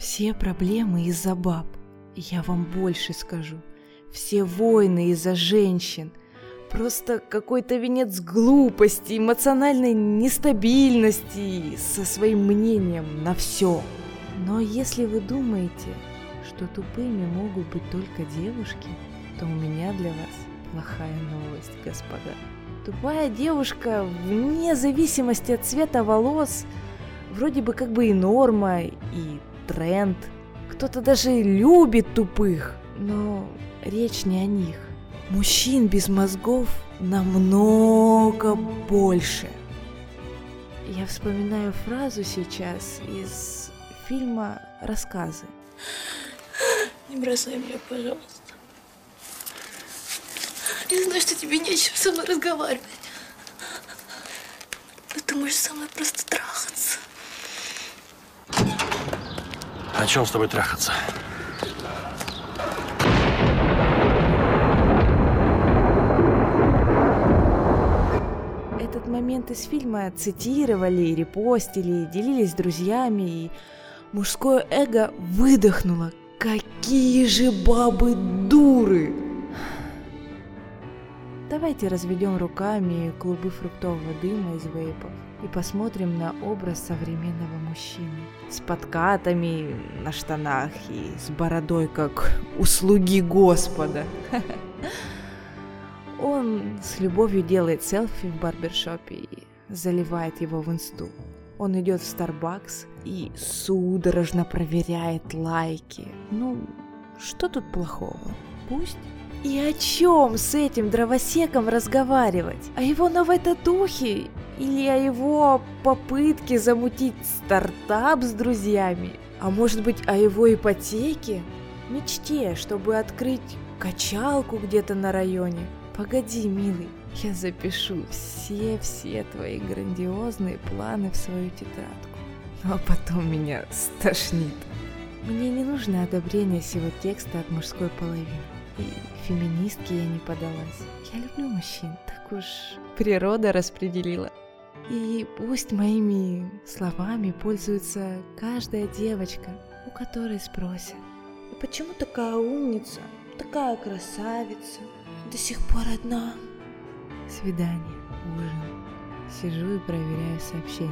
Все проблемы из-за баб. Я вам больше скажу. Все войны из-за женщин. Просто какой-то венец глупости, эмоциональной нестабильности со своим мнением на все. Но если вы думаете, что тупыми могут быть только девушки, то у меня для вас плохая новость, господа. Тупая девушка, вне зависимости от цвета волос, вроде бы как бы и норма, и тренд. Кто-то даже любит тупых, но речь не о них. Мужчин без мозгов намного больше. Я вспоминаю фразу сейчас из фильма «Рассказы». Не бросай меня, пожалуйста. Я знаю, что тебе нечем со мной разговаривать. Но ты можешь со мной просто трахаться. О чем с тобой трахаться? Этот момент из фильма цитировали, репостили, делились с друзьями, и мужское эго выдохнуло. Какие же бабы дуры! Давайте разведем руками клубы фруктового дыма из вейпов и посмотрим на образ современного мужчины. С подкатами на штанах и с бородой, как у слуги Господа. Он с любовью делает селфи в барбершопе и заливает его в инсту. Он идет в Starbucks и судорожно проверяет лайки. Ну, что тут плохого? Пусть. И о чем с этим дровосеком разговаривать? О его новой татухе? Или о его попытке замутить стартап с друзьями? А может быть, о его ипотеке? Мечте, чтобы открыть качалку где-то на районе? Погоди, милый, я запишу все твои грандиозные планы в свою тетрадку. Ну а потом меня стошнит. Мне не нужно одобрение всего текста от мужской половины. И феминистке я не подалась. Я люблю мужчин, так уж природа распределила. И пусть моими словами пользуется каждая девочка, у которой спросят: «А почему такая умница, такая красавица, до сих пор одна?» Свидание, ужин. Сижу и проверяю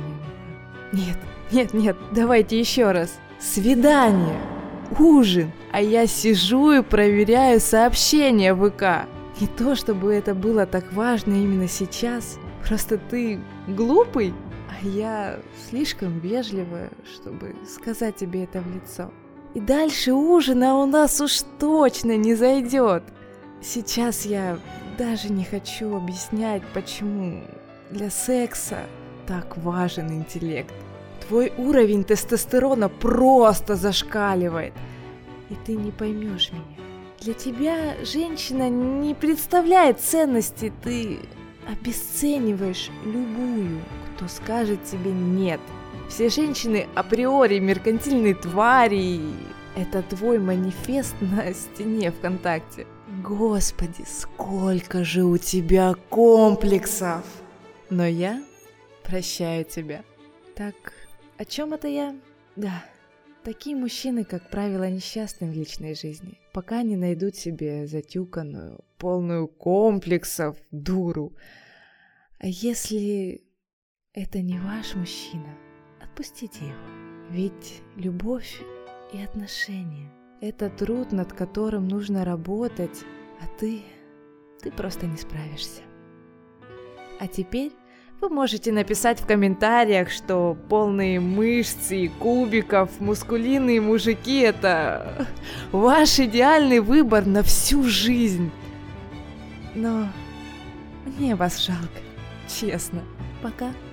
сообщения. Нет, давайте еще раз. Свидание, ужин, а я сижу и проверяю сообщения в ВК. Не то, чтобы это было так важно именно сейчас, просто ты глупый, а я слишком вежливая, чтобы сказать тебе это в лицо. И дальше ужина у нас уж точно не зайдет. Сейчас я даже не хочу объяснять, почему для секса так важен интеллект. Твой уровень тестостерона просто зашкаливает, и ты не поймешь меня. Для тебя женщина не представляет ценности, ты обесцениваешь любую, кто скажет тебе «нет». Все женщины априори меркантильные твари. Это твой манифест на стене ВКонтакте. Господи, сколько же у тебя комплексов! Но я прощаю тебя. Так, о чем это я? Да, такие мужчины, как правило, несчастны в личной жизни, пока не найдут себе затюканную, полную комплексов дуру. А если это не ваш мужчина, отпустите его. Ведь любовь и отношения – это труд, над которым нужно работать, а ты просто не справишься. А теперь вы можете написать в комментариях, что полные мышцы и кубиков мускулинные мужики – это ваш идеальный выбор на всю жизнь. Но мне вас жалко, честно. Пока.